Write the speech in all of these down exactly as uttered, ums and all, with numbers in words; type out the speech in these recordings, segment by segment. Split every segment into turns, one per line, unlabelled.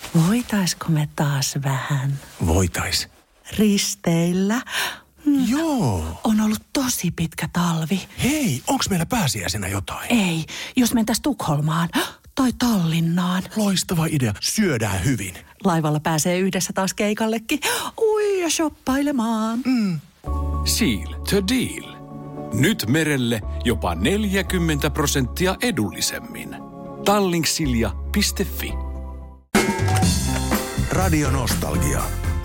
Voitaisko me taas vähän
Voitais.
risteillä? Mm.
Joo.
On ollut tosi pitkä talvi.
Hei, onks meillä pääsiäisenä jotain?
Ei, jos mentäis Tukholmaan tai Tallinnaan.
Loistava idea. Syödään hyvin.
Laivalla pääsee yhdessä taas keikallekin. Ui, ja shoppailemaan.
Mm.
Seal to deal. Nyt merelle jopa neljäkymmentä prosenttia edullisemmin. Tallingsilja piste fi.
Radio Nostalgia.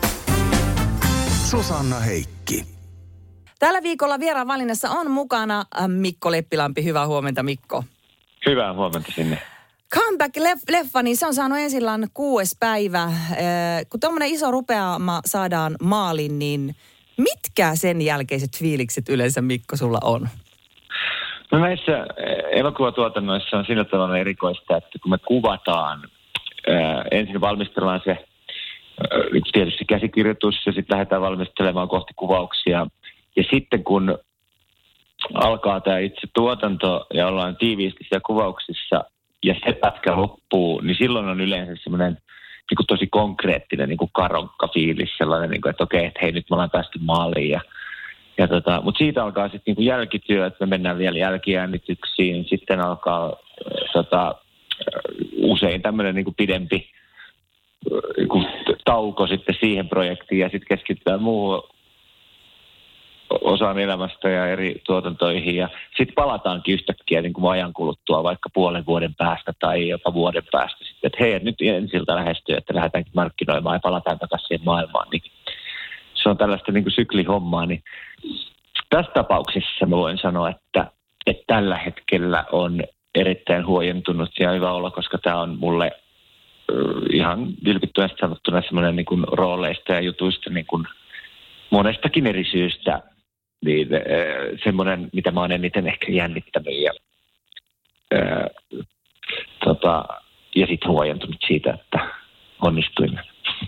Susanna Heikki.
Tällä viikolla vieraan valinnassa on mukana Mikko Leppilampi. Hyvää huomenta, Mikko.
Hyvää huomenta sinne.
Comeback-leffa, niin se on saanut ensillaan kuudes päivä. Kun tuommoinen iso rupeama saadaan maalin, niin mitkä sen jälkeiset fiilikset yleensä, Mikko, sulla on?
No näissä elokuvatuotannoissa on sillä tavalla erikoista, että kun me kuvataan, ää, ensin valmistellaan se ää, tietysti käsikirjoitus ja sitten lähdetään valmistelemaan kohti kuvauksia. Ja sitten kun alkaa tämä itse tuotanto ja ollaan tiiviisti siellä kuvauksissa ja se pätkä loppuu, niin silloin on yleensä semmoinen niin kuin tosi konkreettinen niin kuin karonkka-fiilis, sellainen, niin kuin, että okei, että hei, nyt me ollaan päästy maaliin. Ja, ja tota, mutta siitä alkaa sitten niin kuin jälkityö, että me mennään vielä jälkiäänityksiin. Sitten alkaa tota, usein tämmöinen niin kuin pidempi niin kuin tauko sitten siihen projektiin ja sitten keskitytään muuhun osaan elämästä ja eri tuotantoihin. Ja sitten palataankin yhtäkkiä niin kuin ajan kuluttua vaikka puolen vuoden päästä tai jopa vuoden päästä. Sitten, että hei, nyt ensiltä lähestyy, että lähdetäänkin markkinoimaan ja palataan takaisin siihen maailmaan. Niin se on tällaista niin kuin syklihommaa. Niin tässä tapauksessa mä voin sanoa, että, että tällä hetkellä on erittäin huojentunut ja hyvä olla, koska tämä on mulle ihan vilpittömästi sanottuna semmoinen niin kuin rooleista ja jutuista niin kuin monestakin eri syystä niin semmoinen, mitä mä oon eniten ehkä jännittänyt ja, ää, tota, ja sitten huojentunut siitä, että onnistuimme.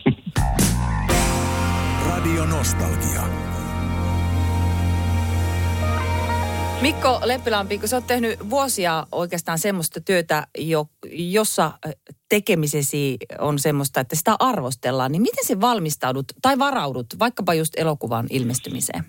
Radio Nostalgia.
Mikko Leppilampi, kun sä oot tehnyt vuosia oikeastaan semmoista työtä, jo, jossa tekemisesi on semmoista, että sitä arvostellaan, niin miten se valmistaudut tai varaudut vaikkapa just elokuvan ilmestymiseen?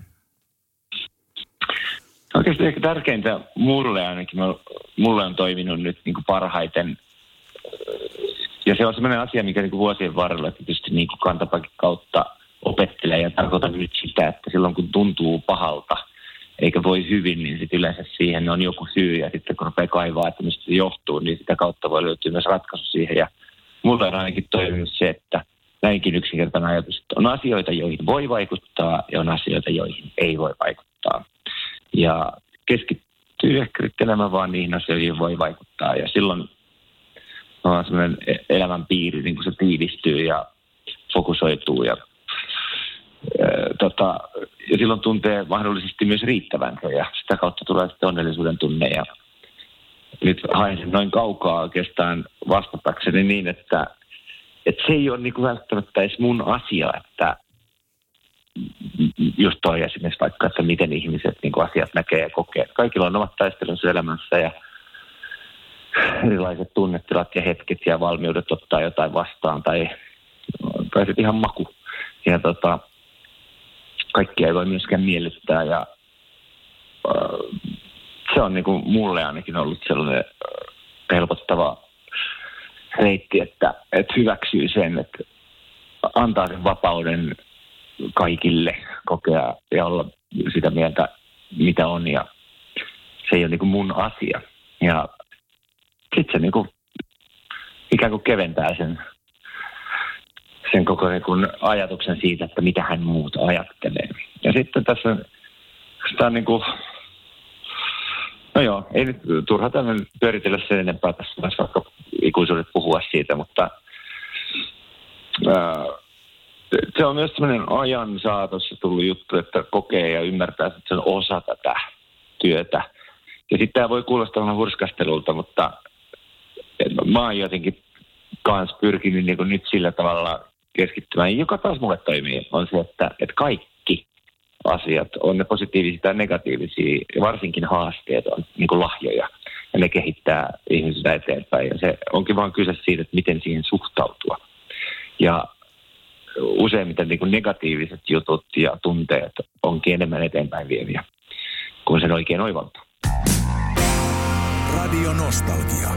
Oikeasti ehkä tärkeintä mulle ainakin, mulle on toiminut nyt niin kuin parhaiten. Ja se on semmoinen asia, mikä niin kuin vuosien varrella tietysti niin kuin kantapakin kautta opettelee. Ja tarkoitan nyt sitä, että silloin kun tuntuu pahalta, eikä voi hyvin, niin sitten yleensä siihen on joku syy. Ja sitten kun rupeaa kaivaa, että mistä se johtuu, niin sitä kautta voi löytyä myös ratkaisu siihen. Ja mulle on ainakin toiminut se, että näinkin yksinkertainen ajatus, että on asioita, joihin voi vaikuttaa ja on asioita, joihin ei voi vaikuttaa. Ja keskittyy ehkä enemmän vaan niihin asioihin, joihin voi vaikuttaa. Ja silloin on sellainen elämän piiri, niin kuin se tiivistyy ja fokusoituu. Ja, ää, tota, ja silloin tuntee mahdollisesti myös riittävänsä ja sitä kautta tulee sitten onnellisuuden tunne. Ja nyt hain sen noin kaukaa oikeastaan vastatakseni niin, että, että se ei ole niin kuin välttämättä edes mun asia, että just toi esimerkiksi vaikka, että miten ihmiset niin kuin asiat näkee ja kokee. Kaikilla on omat taistelunsa elämässä ja erilaiset tunnetilat ja hetket ja valmiudet ottaa jotain vastaan tai, tai sitten ihan maku. Ja tota, kaikkia ei voi myöskään miellyttää ja äh, se on niin kuin mulle ainakin ollut sellainen äh, helpottava reitti, että, että hyväksyy sen, että antaa sen vapauden kaikille kokea ja olla sitä mieltä, mitä on, ja se ei ole niin kuin mun asia. Ja sitten se niin kuin ikään kuin keventää sen, sen koko niin kuin ajatuksen siitä, että mitä hän muut ajattelee. Ja sitten tässä sitä on niin kuin, no joo, ei nyt turha tämän pyöritellä sen enempää tässä, vaikka ikuisuudet puhua siitä, mutta ää, se on myös sellainen ajan saatossa tullut juttu, että kokee ja ymmärtää, että se on osa tätä työtä. Ja sitten tämä voi kuulostaa vähän hurskastelulta, mutta mä oon jotenkin kanssa pyrkinyt niin kuin nyt sillä tavalla keskittymään, joka taas mulle toimii, on se, että, että kaikki asiat, on ne positiivisia tai negatiivisia, ja varsinkin haasteet on niin kuin lahjoja, ja ne kehittää ihmisistä eteenpäin. Ja se onkin vaan kyse siitä, että miten siihen suhtautua. Ja useimmiten niin kuin negatiiviset jutut ja tunteet onkin enemmän eteenpäin vieviä, kun sen oikein oivaltaa.
Radio Nostalgia.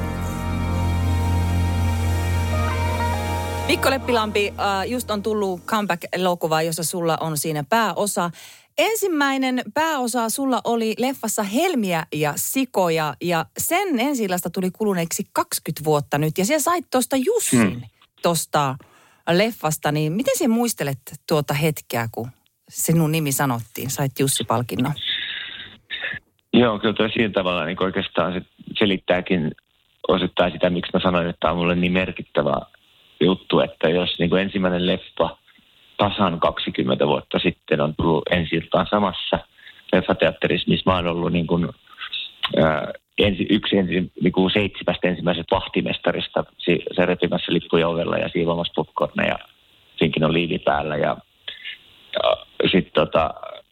Mikko Leppilampi, just on tullut comeback-elokuva, jossa sulla on siinä pääosa. Ensimmäinen pääosa sulla oli leffassa Helmiä ja sikoja, ja sen ensi-illasta tuli kuluneeksi kaksikymmentä vuotta nyt. Ja siellä sait tuosta Jussin hmm. tuosta leffasta, niin miten sinä muistelet tuota hetkeä, kun sinun nimi sanottiin, sait Jussi-palkinnon?
Joo, kyllä toi siinä tavalla niin oikeastaan se selittääkin osittain sitä, miksi mä sanoin, että tämä on mulle niin merkittävä juttu, että jos niin kuin ensimmäinen leffa tasan kaksikymmentä vuotta sitten on tullut ensi-iltaan samassa leffateatterissa, missä mä oon ollut niin kuin, ää, ensi, yksi ensi, niin kuin seitsemästä ensimmäisestä vahtimestarista se repimässä lippuja ovella ja siivoamassa popcorneja, siinkin on liivi päällä ja, ja sitten tota,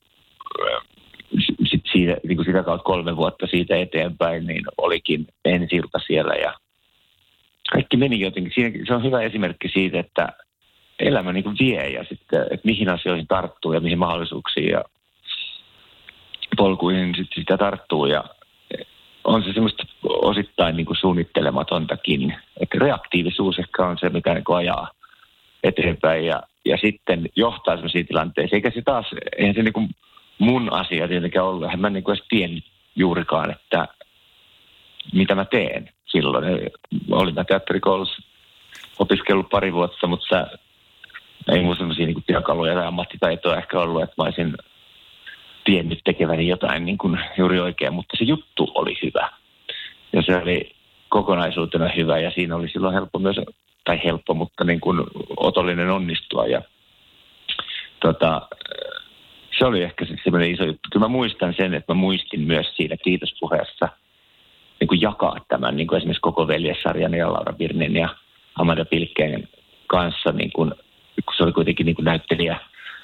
sit siitä, niin kuin sitä kautta kolme vuotta siitä eteenpäin, niin olikin ensi-ilta siellä ja kaikki meni jotenkin. Siinäkin, se on hyvä esimerkki siitä, että elämä niin kuin vie ja sitten, että mihin asioihin tarttuu ja mihin mahdollisuuksiin ja polkuihin sitten sitä tarttuu. Ja on se semmoista osittain niin kuin suunnittelematontakin. Että reaktiivisuus ehkä on se, mikä niin kuin ajaa eteenpäin ja, ja sitten johtaa semmoisiin tilanteisiin. Eikä se taas, eihän se niin kuin mun asia tietenkään ollut. Eihän mä niin kuin edes tiennyt juurikaan, että mitä mä teen silloin. Olin mä teatterikoulussa opiskellut pari vuotta, mutta ei mun sellaisia niin työkaluja tai ammattitaitoa ehkä ollut, että mä olisin tiennyt tekeväni jotain niin kuin juuri oikein, mutta se juttu oli hyvä. Ja se oli kokonaisuutena hyvä ja siinä oli silloin helppo myös, tai helppo, mutta niin kuin otollinen onnistua. Ja tota, se oli ehkä se sellainen iso juttu. Kyllä mä muistan sen, että mä muistin myös siinä kiitospuheessa niin kuin jakaa tämän niin kuin esimerkiksi koko Veljessarjan ja Laura Virnin ja Amanda Pilkkeen kanssa, niin kuin, kun se oli kuitenkin niin kuin näyttelijä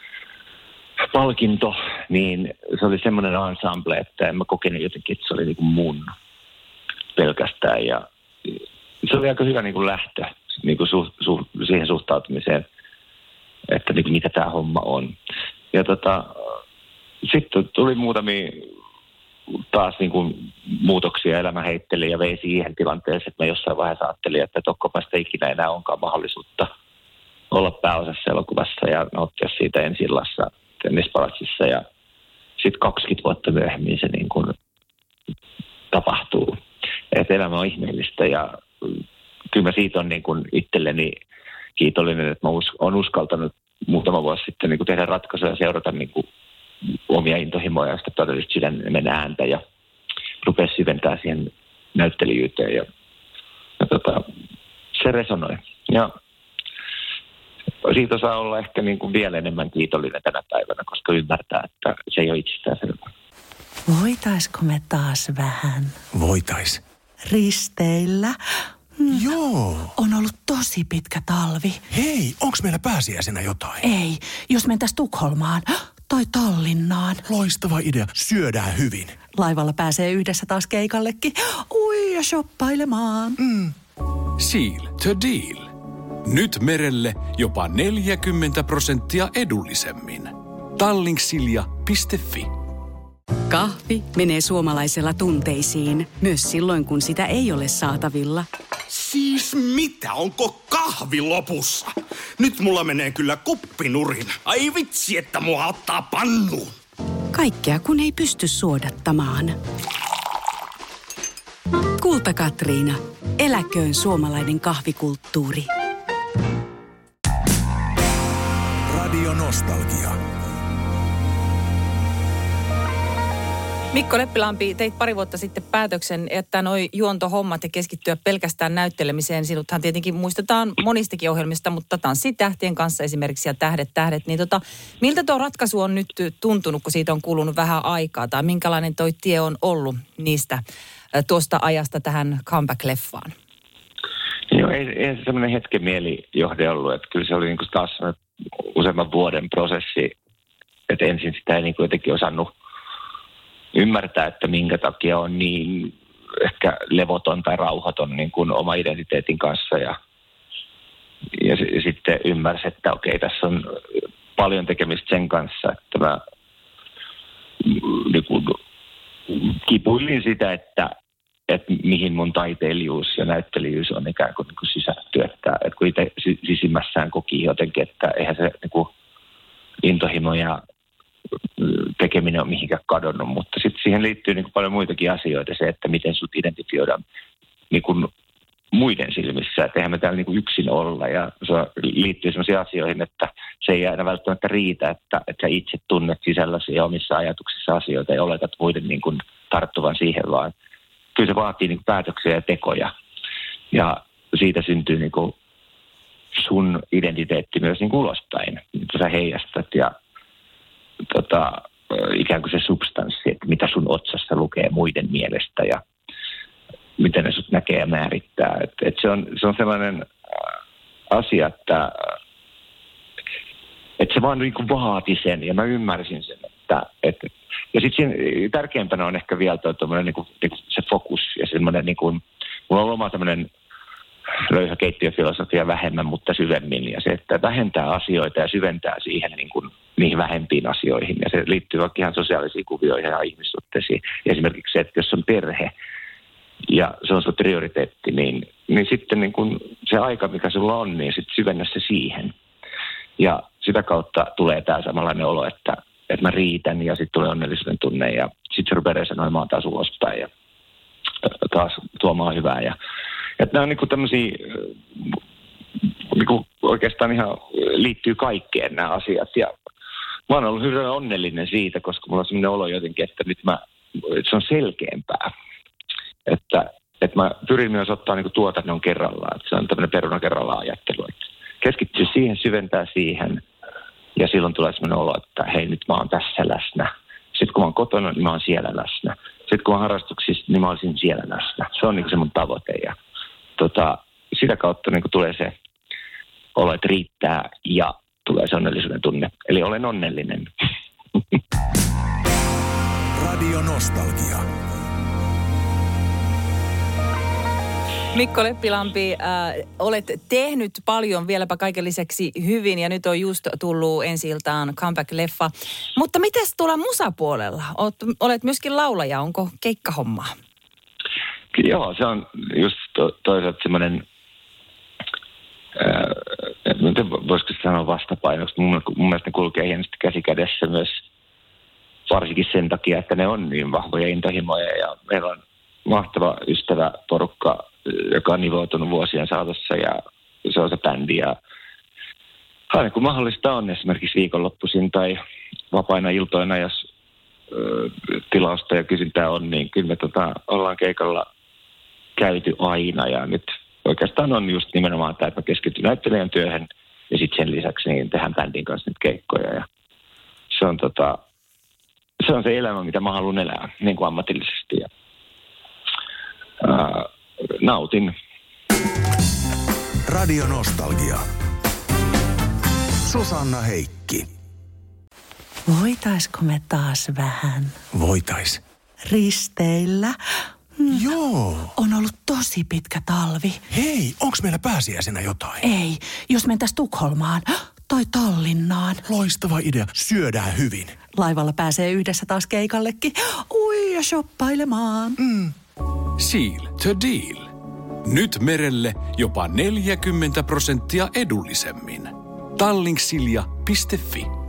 palkinto, niin se oli semmoinen ensemble, että en mä kokenut jotenkin, että se oli niin kuin mun pelkästään. Ja se oli aika hyvä niin kuin lähtö niin kuin su, su, siihen suhtautumiseen, että niin kuin mitä tämä homma on. Ja tota, sitten tuli muutamia taas niin kuin muutoksia elämä heitteli ja vei siihen tilanteeseen, että mä jossain vaiheessa ajattelin, että tokkopa sitä ikinä enää onkaan mahdollisuutta olla pääosassa elokuvassa ja nauttia siitä ensi-illassa Tennispalatsissa ja sitten kaksikymmentä vuotta myöhemmin se niin kuin tapahtuu. Että elämä on ihmeellistä ja kyllä mä siitä on niin kuin itselleni kiitollinen, että mä oon uskaltanut muutama vuosi sitten niin kuin tehdä ratkaisuja ja seurata niin kuin omia intohimoja ja sitä todellista sydämen ääntä ja rupea syventää siihen näyttelijyyteen ja, ja tota, se resonoi. Ja siitä saa olla ehkä niin kuin vielä enemmän kiitollinen tänä päivänä, koska ymmärtää, että se ei ole itsestään selvää.
Voitaisko me taas vähän
Voitais.
risteillä? Mm.
Joo.
On ollut tosi pitkä talvi.
Hei, onks meillä pääsiäisenä jotain?
Ei, jos mentäis Tukholmaan tai Tallinnaan.
Loistava idea. Syödään hyvin.
Laivalla pääsee yhdessä taas keikallekin. Ui ja shoppailemaan.
Mm.
Seal to deal. Nyt merelle jopa neljäkymmentä prosenttia edullisemmin. Tallingsilja piste fi.
Kahvi menee suomalaisella tunteisiin, myös silloin kun sitä ei ole saatavilla.
Siis mitä? Onko kahvi lopussa? Nyt mulla menee kyllä kuppinurin. Ai vitsi, että mua ottaa pannuun.
Kaikkea kun ei pysty suodattamaan. Kulta Katriina. Eläköön suomalainen kahvikulttuuri.
Radio Nostalgia.
Mikko Leppilampi, teit pari vuotta sitten päätöksen, että noi juontohommat ja keskittyä pelkästään näyttelemiseen. Sinuthan tietenkin muistetaan monistakin ohjelmista, mutta Tanssitähtien kanssa esimerkiksi ja Tähdet, tähdet. Niin tota, miltä tuo ratkaisu on nyt tuntunut, kun siitä on kulunut vähän aikaa? Tai minkälainen toi tie on ollut niistä tuosta ajasta tähän comeback-leffaan?
Joo, ei, ei se semmoinen hetken mielijohde ollut. Että kyllä se oli niin kuin taas useamman vuoden prosessi. Että ensin sitä ei niin kuin jotenkin osannut ymmärtää, että minkä takia on niin ehkä levoton tai rauhaton niin kuin oma identiteetin kanssa. Ja, ja, ja sitten sitten ymmärsi, että okei, tässä on paljon tekemistä sen kanssa, että mä niin kuin, kipuilin sitä, että, että mihin mun taiteilijuus ja näyttelijyys on ikään kuin, niin kuin sisätty, että, että kun itse sisimmässään koki jotenkin, että eihän se niin kuin, intohimo ja tekeminen on mihinkään kadonnut, mutta sitten siihen liittyy niin kuin paljon muitakin asioita, se, että miten sut identifioidaan niin kuin muiden silmissä, että eihän me täällä niin kuin yksin olla, ja se liittyy sellaisiin asioihin, että se ei aina välttämättä riitä, että, että sä itse tunnet sisälläsi ja omissa ajatuksissa asioita ja oletat muiden niin kuin tarttuvan siihen, vaan kyllä se vaatii niin kuin päätöksiä ja tekoja, ja siitä syntyy niin kuin sun identiteetti myös niin kuin ulospäin, mitä sä heijastat, ja tota, ikään kuin se substanssi, että mitä sun otsassa lukee muiden mielestä, ja miten ne sut näkee ja määrittää. Et, et se, on, se on sellainen asia, että et se vaan niin kuin vaati sen, ja mä ymmärsin sen. Että, et, ja sitten tärkeimpänä on ehkä vielä toi, niin kuin, niin kuin se fokus, ja semmoinen, niin kuin, mulla on oma tämmöinen löyhä keittiöfilosofia vähemmän, mutta syvemmin, ja se, että vähentää asioita ja syventää siihen niin kuin, niihin vähempiin asioihin, ja se liittyy vaikka ihan sosiaalisiin kuvioihin ja ihmissuhteisiin. Esimerkiksi se, että jos on perhe, ja se on sun prioriteetti, niin, niin sitten niin kun se aika, mikä sulla on, niin sitten syvennä se siihen. Ja sitä kautta tulee tämä samanlainen olo, että, että mä riitän ja sitten tulee onnellisuuden tunne ja sitten se rupeaa resenoimaan taas ulospäin ja taas tuomaan hyvää. Ja, ja nämä on niin kuin tämmöisiä, niin kuin oikeastaan ihan liittyy kaikkeen nämä asiat. Ja mä oon ollut hyvin onnellinen siitä, koska mulla on sellainen olo jotenkin, että nyt mä, että se on selkeämpää. Että, että mä pyrin myös ottaa niin kuin tuotannon kerrallaan. Että se on tämmöinen peruna kerrallaan ajattelu. Että keskittyy siihen, syventää siihen. Ja silloin tulee sellainen olo, että hei, nyt mä oon tässä läsnä. Sitten kun mä oon kotona, niin mä oon siellä läsnä. Sitten kun mä oon harrastuksissa, niin mä olisin siellä läsnä. Se on niin kuin se mun tavoite. Ja tota, sitä kautta niin kuin tulee se olo, että riittää ja tulee se onnellisuuden tunne. Eli olen onnellinen.
Radio Nostalgia.
Mikko Leppilampi, äh, olet tehnyt paljon vieläpä kaiken lisäksi hyvin ja nyt on just tullut ensi-iltaan comeback-leffa. Mutta mites tuolla musapuolella? Olet, olet myöskin laulaja, onko keikkahommaa?
Joo, se on just to, toisaalta semmoinen, äh, voisiko sanoa vastapainoksi, mun, mun mielestä ne kulkee hienosti käsi kädessä myös varsinkin sen takia, että ne on niin vahvoja intohimoja ja meillä on mahtava ystäväporukka, joka on nivoutunut vuosien saatossa ja se on se bändi. Ja aina kun mahdollista on esimerkiksi viikonloppuisin tai vapaina iltoina, jos ö, tilausta ja kysyntää on, niin kyllä me tota, ollaan keikalla käyty aina. Ja nyt oikeastaan on just nimenomaan tämä, että mä keskityn näyttelijän työhön ja sitten sen lisäksi niin tehdään bändin kanssa nyt keikkoja. Ja se on, tota, se on se elämä, mitä mä haluan elää niin kuin ammatillisesti. Ja, ää, nautin.
Radio Nostalgia. Susanna Heikki.
Voitaisko me taas vähän
Voitais.
risteillä? Mm.
Joo.
On ollut tosi pitkä talvi.
Hei, onks meillä pääsiäisenä jotain?
Ei, jos mentäis Tukholmaan tai Tallinnaan.
Loistava idea. Syödään hyvin.
Laivalla pääsee yhdessä taas keikallekin. Ui, ja shoppailemaan.
Mm.
Seal to deal. Nyt merelle jopa neljäkymmentä prosenttia edullisemmin. Tallink silja piste fi